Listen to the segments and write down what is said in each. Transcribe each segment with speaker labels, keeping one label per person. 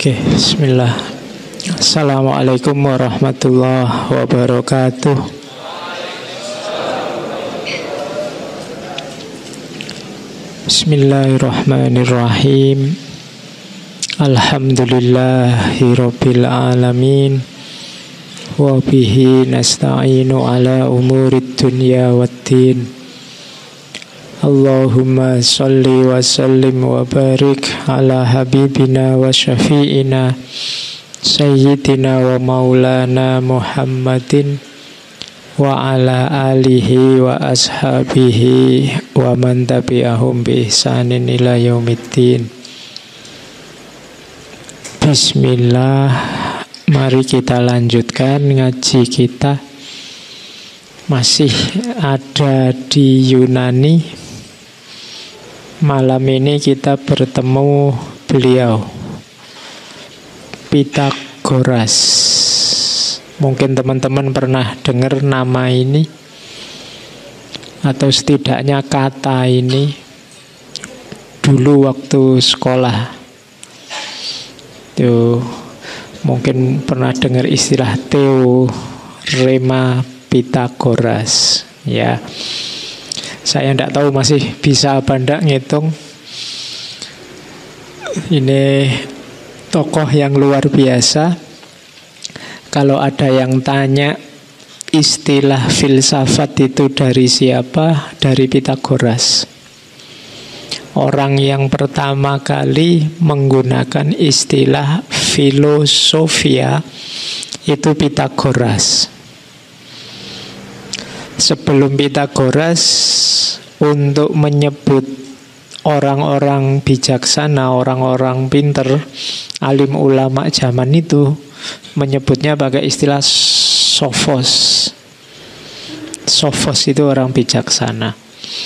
Speaker 1: Oke, bismillah. Assalamualaikum warahmatullahi wabarakatuh. Bismillahirrahmanirrahim. Alhamdulillahirabbil alamin. Wa bihi nasta'inu ala umurid dunya waddin. Allahumma salli wa sallim wa barik ala habibina wa syafi'ina sayyidina wa maulana Muhammadin wa ala alihi wa ashabihi wa man tabi'ahum bi ihsanin ila yaumiddin. Bismillah, mari kita lanjutkan ngaji kita. Masih ada di Yunani. Malam ini kita bertemu beliau, Pythagoras. Mungkin teman-teman pernah dengar nama ini, atau setidaknya kata ini dulu waktu sekolah. Tuh, mungkin pernah dengar istilah teorema Pythagoras, ya. Saya tidak tahu masih bisa apa tidak ngitung. Ini tokoh yang luar biasa. Kalau ada yang tanya istilah filsafat itu dari siapa? Dari Pythagoras. Orang yang pertama kali menggunakan istilah filosofia itu Pythagoras. Sebelum Pythagoras, untuk menyebut orang-orang bijaksana, orang-orang pinter, alim ulama zaman itu, menyebutnya pakai istilah sophos. Sophos itu orang bijaksana.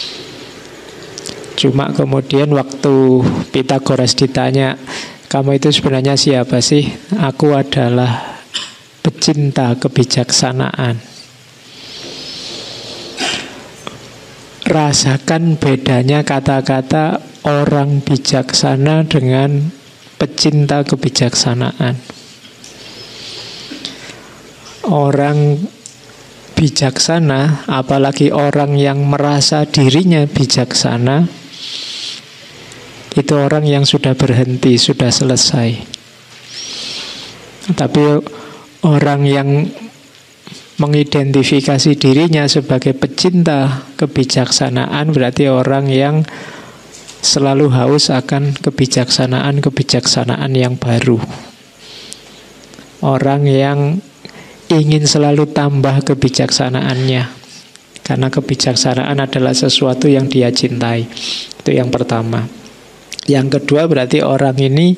Speaker 1: Cuma kemudian waktu Pythagoras ditanya, kamu itu sebenarnya siapa sih? Aku adalah pecinta kebijaksanaan. Rasakan bedanya kata-kata orang bijaksana dengan pecinta kebijaksanaan. Orang bijaksana, apalagi orang yang merasa dirinya bijaksana, itu orang yang sudah berhenti, sudah selesai. Tapi orang yang mengidentifikasi dirinya sebagai pecinta kebijaksanaan berarti orang yang selalu haus akan kebijaksanaan yang baru. Orang yang ingin selalu tambah kebijaksanaannya, karena kebijaksanaan adalah sesuatu yang dia cintai. Itu yang pertama. Yang kedua berarti orang ini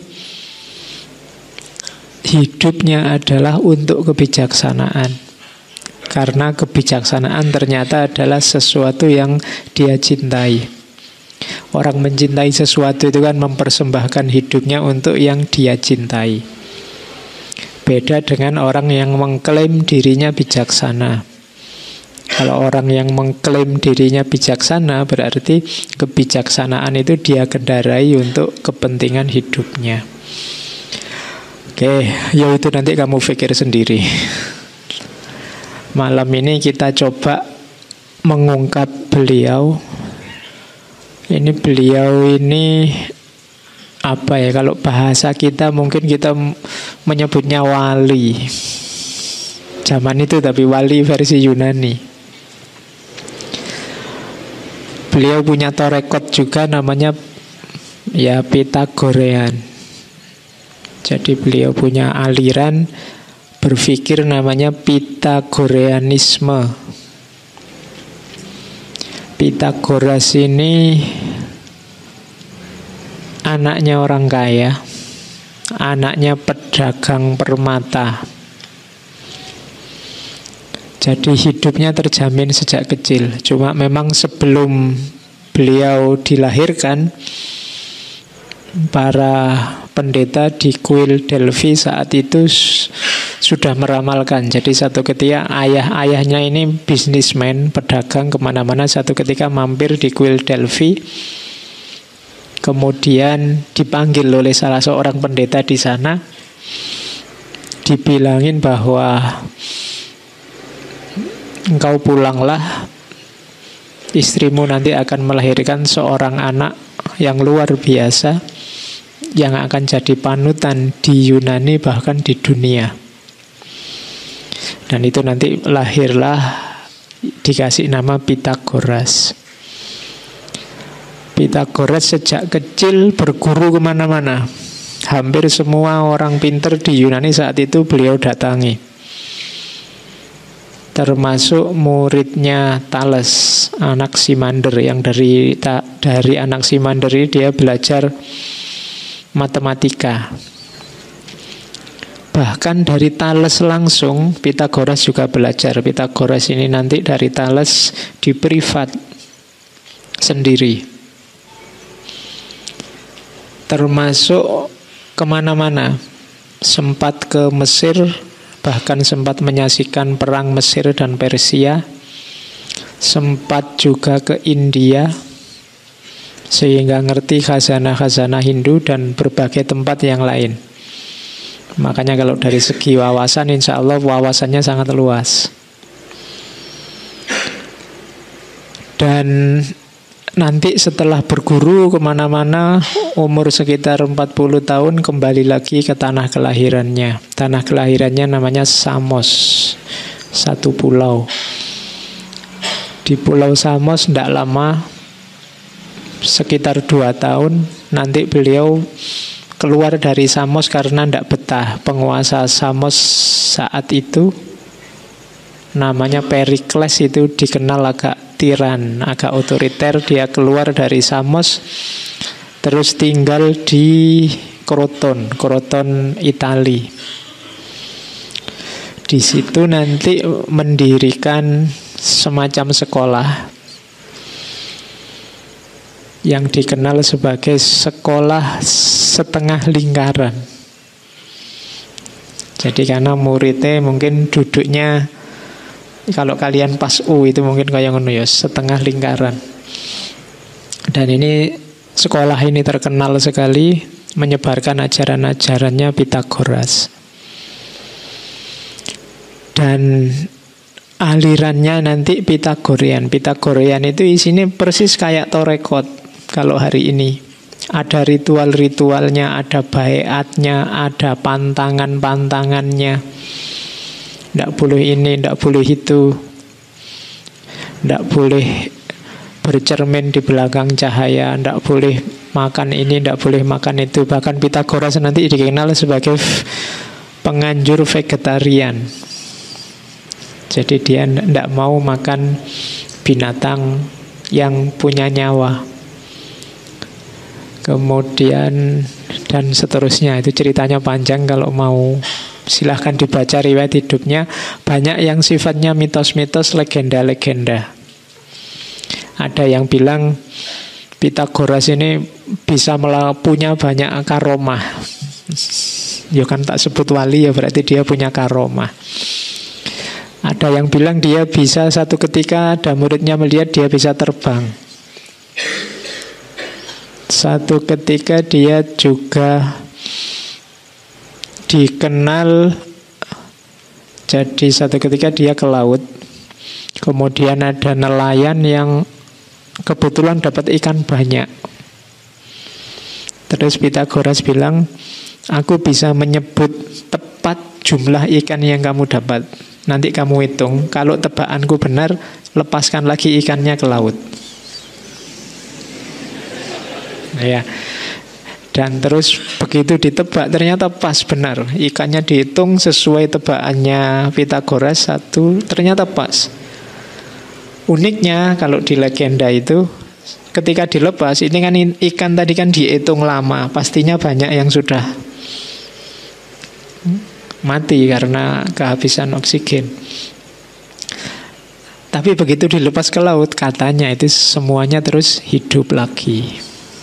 Speaker 1: hidupnya adalah untuk kebijaksanaan. Karena kebijaksanaan ternyata adalah sesuatu yang dia cintai. Orang mencintai sesuatu itu kan mempersembahkan hidupnya untuk yang dia cintai. Beda dengan orang yang mengklaim dirinya bijaksana. Kalau orang yang mengklaim dirinya bijaksana, berarti kebijaksanaan itu dia kendarai untuk kepentingan hidupnya. Oke, ya itu nanti kamu pikir sendiri. Malam ini kita coba mengungkap beliau. Beliau ini apa ya, kalau bahasa kita mungkin kita menyebutnya wali. Zaman itu tapi wali versi Yunani. Beliau punya torekot juga namanya ya Pythagorean. Jadi beliau punya aliran berpikir namanya Pythagoreanisme. Pythagoras ini anaknya orang kaya, anaknya pedagang permata. Jadi hidupnya terjamin sejak kecil. Cuma memang sebelum beliau dilahirkan, para pendeta di kuil Delphi saat itu sudah meramalkan. Jadi satu ketika ayahnya ini bisnismen, pedagang kemana-mana. Satu ketika mampir di kuil Delphi, Kemudian dipanggil oleh salah seorang pendeta di sana, dibilangin bahwa engkau pulanglah, istrimu nanti akan melahirkan seorang anak yang luar biasa, yang akan jadi panutan di Yunani bahkan di dunia. Dan itu nanti lahirlah, dikasih nama Pitagoras. Pitagoras sejak kecil berguru kemana-mana. Hampir semua orang pinter di Yunani saat itu beliau datangi. Termasuk muridnya Thales, Anaximander, yang dari Anaximander ini dia belajar matematika. Bahkan dari Thales langsung Pitagoras juga belajar. Pitagoras ini nanti dari Thales di privat sendiri. Termasuk kemana-mana. Sempat ke Mesir, bahkan sempat menyaksikan perang Mesir dan Persia. Sempat juga ke India, sehingga ngerti khazanah-khazanah Hindu dan berbagai tempat yang lain. Makanya kalau dari segi wawasan, insya Allah wawasannya sangat luas. Dan nanti setelah berguru kemana-mana, umur sekitar 40 tahun kembali lagi ke tanah kelahirannya. Tanah kelahirannya namanya Samos, satu pulau. Di pulau Samos tidak lama, sekitar 2 tahun, nanti beliau keluar dari Samos karena tidak betah. Penguasa Samos saat itu namanya Perikles, itu dikenal agak tiran, agak otoriter. Dia keluar dari Samos terus tinggal di Kroton Itali. Di situ nanti mendirikan semacam sekolah yang dikenal sebagai sekolah setengah lingkaran. Jadi karena muridnya mungkin duduknya, kalau kalian pas U itu mungkin kayak ngono ya, setengah lingkaran. Dan ini sekolah ini terkenal sekali menyebarkan ajaran-ajarannya Pitagoras. Dan alirannya nanti Pitagorean. Pitagorean itu isinya persis kayak torekot kalau hari ini. Ada ritual-ritualnya, ada baiatnya, ada pantangan-pantangannya. Tidak boleh ini, tidak boleh itu. Tidak boleh bercermin di belakang cahaya, tidak boleh makan ini, tidak boleh makan itu. Bahkan Pitagoras nanti dikenal sebagai penganjur vegetarian. Jadi dia tidak mau makan binatang yang punya nyawa. Kemudian dan seterusnya, itu ceritanya panjang, kalau mau silahkan dibaca riwayat hidupnya. Banyak yang sifatnya mitos-mitos, legenda-legenda. Ada yang bilang Pitagoras ini bisa punya banyak karomah. Ya kan tak sebut wali, ya berarti dia punya karomah. Ada yang bilang dia bisa satu ketika ada muridnya melihat dia bisa terbang. Satu ketika dia juga dikenal, jadi satu ketika dia ke laut. Kemudian ada nelayan yang kebetulan dapat ikan banyak. Terus Pitagoras bilang, aku bisa menyebut tepat jumlah ikan yang kamu dapat. Nanti kamu hitung, kalau tebakanku benar, lepaskan lagi ikannya ke laut. Ya. Dan terus begitu ditebak, ternyata pas benar. Ikannya dihitung sesuai tebakannya Pitagoras satu, ternyata pas. Uniknya kalau di legenda itu, ketika dilepas, ini kan ikan tadi kan dihitung lama, pastinya banyak yang sudah mati karena kehabisan oksigen. Tapi begitu dilepas ke laut, katanya itu semuanya terus hidup lagi.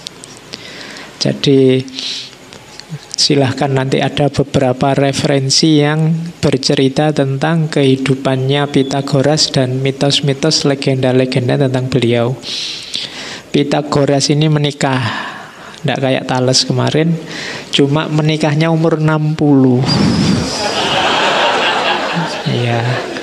Speaker 1: Jadi silahkan nanti ada beberapa referensi yang bercerita tentang kehidupannya Pitagoras dan mitos-mitos, legenda-legenda tentang beliau. Pitagoras ini menikah Tidak kayak Thales kemarin, cuma menikahnya umur 60. Iya.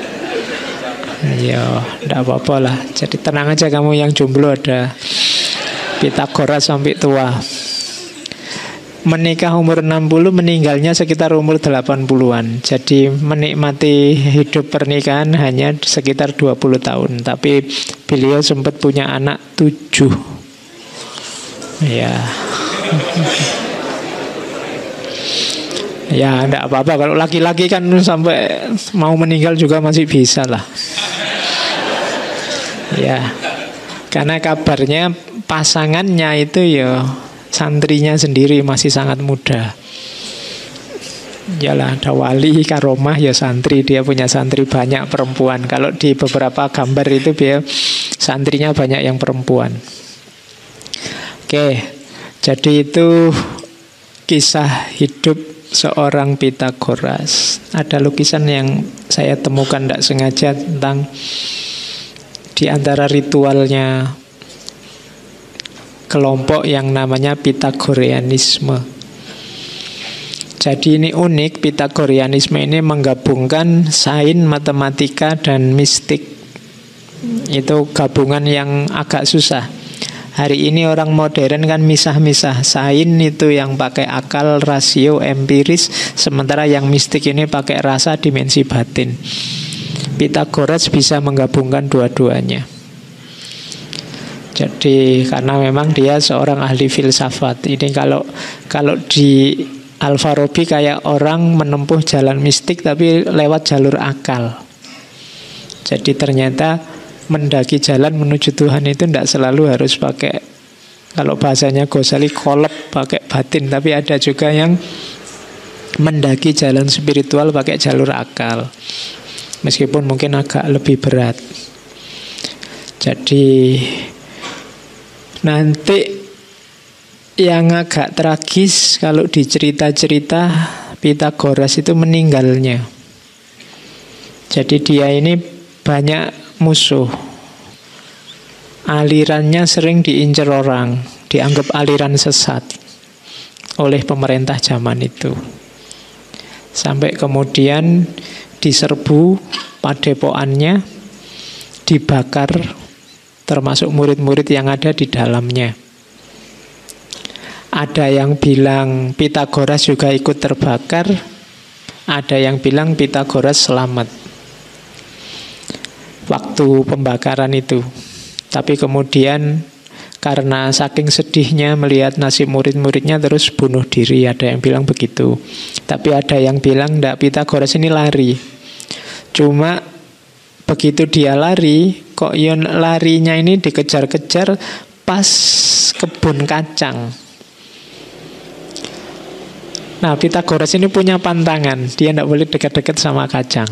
Speaker 1: Iya, tidak apa-apa lah. Jadi tenang aja kamu yang jomblo, ada Pitagoras sampai tua. Menikah umur 60, meninggalnya sekitar umur 80-an. Jadi menikmati hidup pernikahan hanya sekitar 20 tahun. Tapi beliau sempat punya anak 7. Ya. Ya, enggak apa-apa. Kalau laki-laki kan sampai mau meninggal juga masih bisa lah. Ya, karena kabarnya pasangannya itu ya santrinya sendiri masih sangat muda. Yalah, ada wali karomah ya santri, dia punya santri banyak perempuan. Kalau di beberapa gambar itu dia santrinya banyak yang perempuan. Oke, jadi itu kisah hidup seorang Pitagoras. Ada lukisan yang saya temukan tidak sengaja tentang di antara ritualnya kelompok yang namanya Pitagoreanisme. Jadi ini unik, Pitagoreanisme ini menggabungkan sains, matematika, dan mistik. Itu gabungan yang agak susah. Hari ini orang modern kan misah-misah. Sains itu yang pakai akal, rasio, empiris, sementara yang mistik ini pakai rasa, dimensi batin. Pitagoras bisa menggabungkan dua-duanya. Jadi karena memang dia seorang ahli filsafat. Ini kalau di Al-Farabi kayak orang menempuh jalan mistik tapi lewat jalur akal. Jadi ternyata mendaki jalan menuju Tuhan itu tidak selalu harus pakai, kalau bahasanya Ghazali, kolab pakai batin. Tapi ada juga yang mendaki jalan spiritual pakai jalur akal, meskipun mungkin agak lebih berat. Jadi nanti yang agak tragis kalau di cerita-cerita Pitagoras itu meninggalnya. Jadi dia ini banyak musuh. Alirannya sering diincar orang, dianggap aliran sesat oleh pemerintah zaman itu. Sampai kemudian diserbu padepokannya, dibakar, termasuk murid-murid yang ada di dalamnya. Ada yang bilang Pitagoras juga ikut terbakar, ada yang bilang Pitagoras selamat waktu pembakaran itu. Tapi kemudian karena saking sedihnya melihat nasib murid-muridnya terus bunuh diri. Ada yang bilang begitu. Tapi ada yang bilang enggak, Pitagoras ini lari. Cuma begitu dia lari, kok yon larinya ini dikejar-kejar pas kebun kacang. Nah, Pitagoras ini punya pantangan, dia tidak boleh dekat-dekat sama kacang.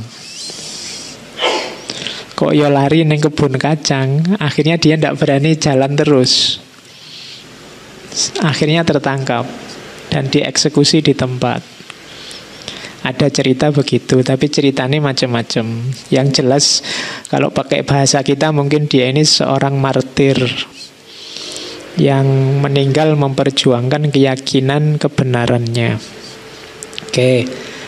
Speaker 1: Kok yo lari neng kebun kacang, akhirnya dia tidak berani jalan terus. Akhirnya tertangkap dan dieksekusi di tempat. Ada cerita begitu, tapi ceritanya macam-macam. Yang jelas kalau pakai bahasa kita mungkin dia ini seorang martir yang meninggal memperjuangkan keyakinan kebenarannya. Oke.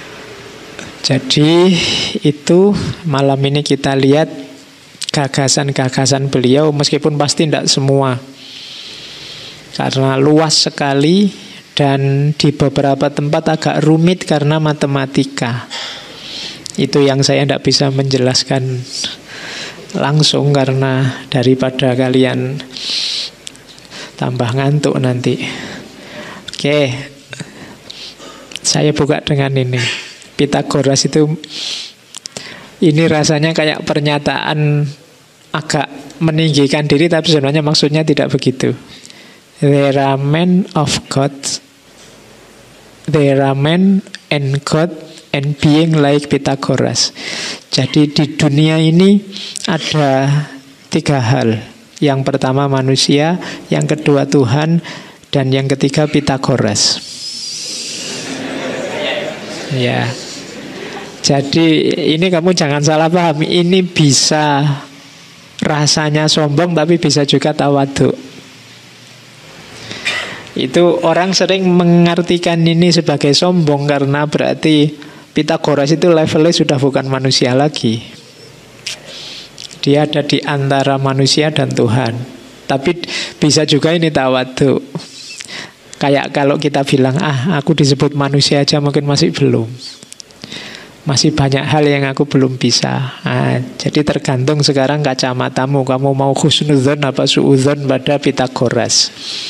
Speaker 1: Jadi itu malam ini kita lihat gagasan-gagasan beliau, meskipun pasti tidak semua karena luas sekali dan di beberapa tempat agak rumit karena matematika. Itu yang saya tidak bisa menjelaskan langsung karena daripada kalian tambah ngantuk nanti. Oke, saya buka dengan ini. Pitagoras itu, ini rasanya kayak pernyataan agak meninggikan diri, tapi sebenarnya maksudnya tidak begitu. There are men of God, there are men and God and being like Pitagoras. Jadi di dunia ini ada 3 hal. Yang pertama manusia, yang kedua Tuhan, dan yang ketiga Pitagoras. Ya. Jadi ini kamu jangan salah paham. Ini bisa rasanya sombong tapi bisa juga tawadhu. Itu orang sering mengartikan ini sebagai sombong karena berarti Pitagoras itu levelnya sudah bukan manusia lagi. Dia ada di antara manusia dan Tuhan. Tapi bisa juga ini tawadhu. Kayak kalau kita bilang, aku disebut manusia aja mungkin masih belum. Masih banyak hal yang aku belum bisa. Jadi tergantung sekarang kacamatamu. Kamu mau husnudzon apa suudzon pada Pitagoras.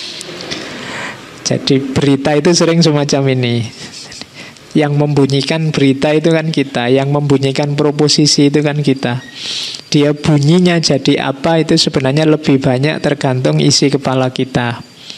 Speaker 1: Jadi berita itu sering semacam ini. Yang membunyikan berita itu kan kita. Yang membunyikan proposisi itu kan kita. Dia bunyinya jadi apa itu sebenarnya lebih banyak tergantung isi kepala kita.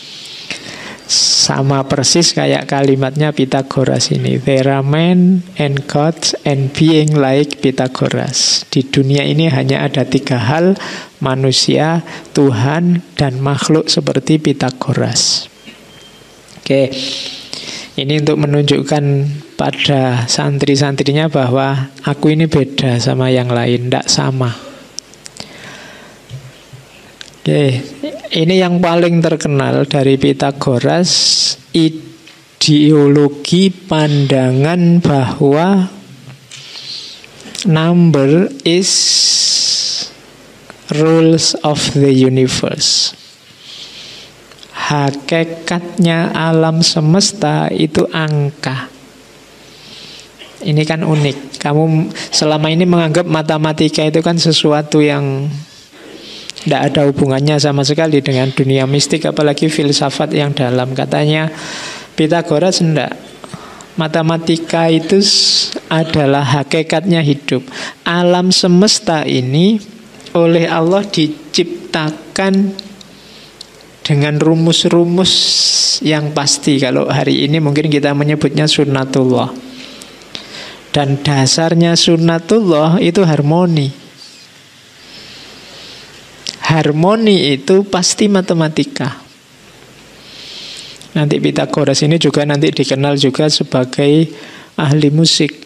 Speaker 1: Sama persis kayak kalimatnya Pitagoras ini. There are men and gods and being like Pitagoras. Di dunia ini hanya ada 3 hal. Manusia, Tuhan, dan makhluk seperti Pitagoras. Oke, ini untuk menunjukkan pada santri-santrinya bahwa aku ini beda sama yang lain, tidak sama. Oke, ini yang paling terkenal dari Pitagoras, ideologi pandangan bahwa number is rules of the universe. Hakikatnya alam semesta itu angka. Ini kan unik. Kamu selama ini menganggap matematika itu kan sesuatu yang tidak ada hubungannya sama sekali dengan dunia mistik, apalagi filsafat yang dalam. Katanya Pitagoras tidak. Matematika itu adalah hakikatnya hidup. Alam semesta ini oleh Allah diciptakan dengan rumus-rumus yang pasti. Kalau hari ini mungkin kita menyebutnya sunnatullah. Dan dasarnya sunnatullah itu harmoni. Harmoni itu pasti matematika. Nanti Pitagoras ini juga nanti dikenal juga sebagai ahli musik.